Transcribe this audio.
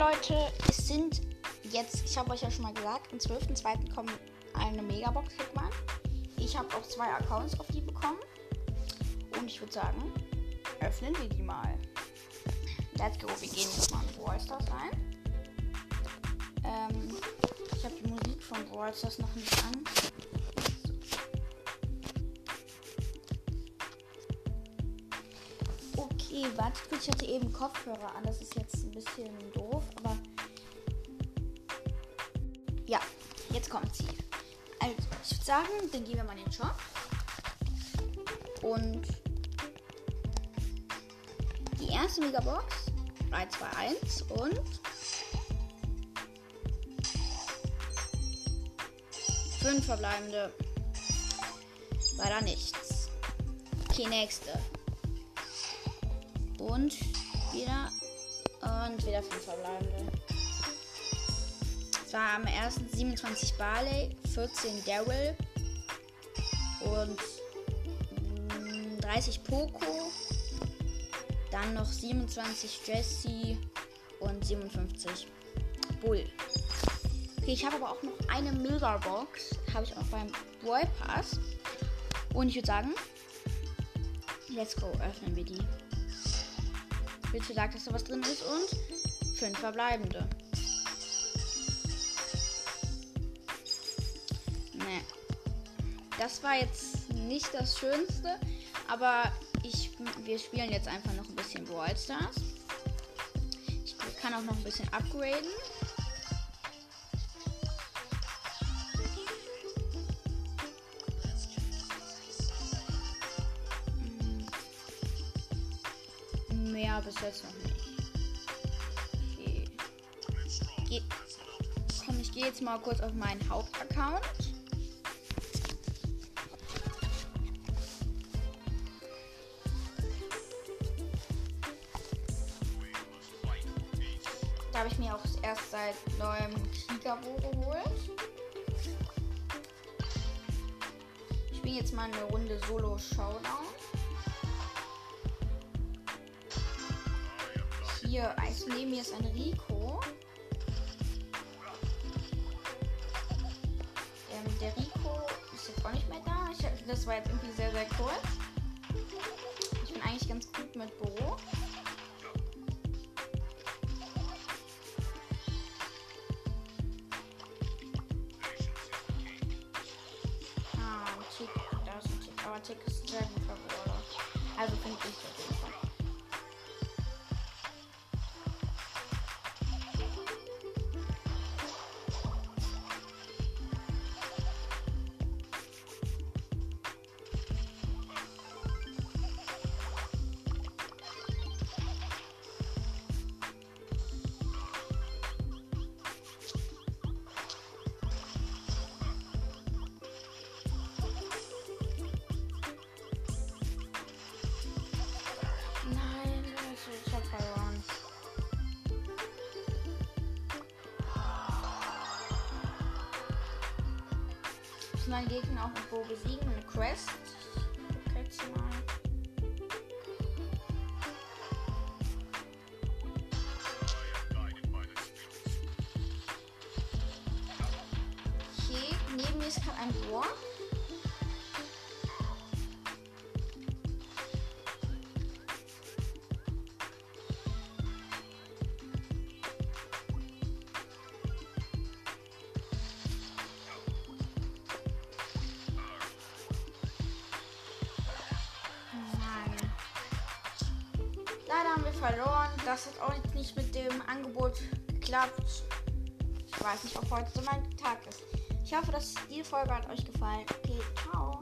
Leute, es sind jetzt, ich habe euch ja schon mal gesagt, am 12.02. kommt eine Megabox Hitman. Ich habe auch 2 Accounts auf die bekommen. Und ich würde sagen, öffnen wir die mal. Let's go, wir gehen jetzt mal in Brawl Stars ein. Ich habe die Musik von Brawl Stars noch nicht an. Okay, wartet kurz, ich hatte eben Kopfhörer an, das ist jetzt ein bisschen doof, aber ja, jetzt kommt sie. Also, ich würde sagen, dann gehen wir mal in den Shop und die erste Megabox 3, 2, 1 und fünf verbleibende. Leider nichts. Okay, nächste. Und wieder 5 verbleibende. Es war am ersten 27 Barley, 14 Daryl und 30 Poco. Dann noch 27 Jessie und 57 Bull. Okay, ich habe aber auch noch eine Megabox. Habe ich auch beim Brawl Pass. Und ich würde sagen, let's go, öffnen wir die. Bitte sagt, dass da was drin ist und 5 verbleibende. Ne. Das war jetzt nicht das Schönste, aber wir spielen jetzt einfach noch ein bisschen Brawl Stars. Ich kann auch noch ein bisschen upgraden. Mehr bis jetzt noch nicht. Okay. Ich gehe jetzt mal kurz auf meinen Hauptaccount. Da habe ich mir auch erst seit neuem Kriegerbo geholt. Ich spiele jetzt mal eine Runde Solo Showdown. Hier, neben mir ist ein Rico. Der Rico ist jetzt auch nicht mehr da. Das war jetzt irgendwie sehr, sehr kurz. Ich bin eigentlich ganz gut mit Bo. Tick, da ist ein Tick. Aber Tick ist sehr gut verloren. Also finde ich auf jeden Fall. Ich hab verloren. Ich muss meinen Gegner auch mit Bo besiegen. Eine Quest. Ich guck jetzt mal. Okay, neben mir ist gerade ein Bohr. Leider haben wir verloren. Das hat auch nicht mit dem Angebot geklappt. Ich weiß nicht, ob heute so mein Tag ist. Ich hoffe, dass die Folge hat euch gefallen. Okay, ciao.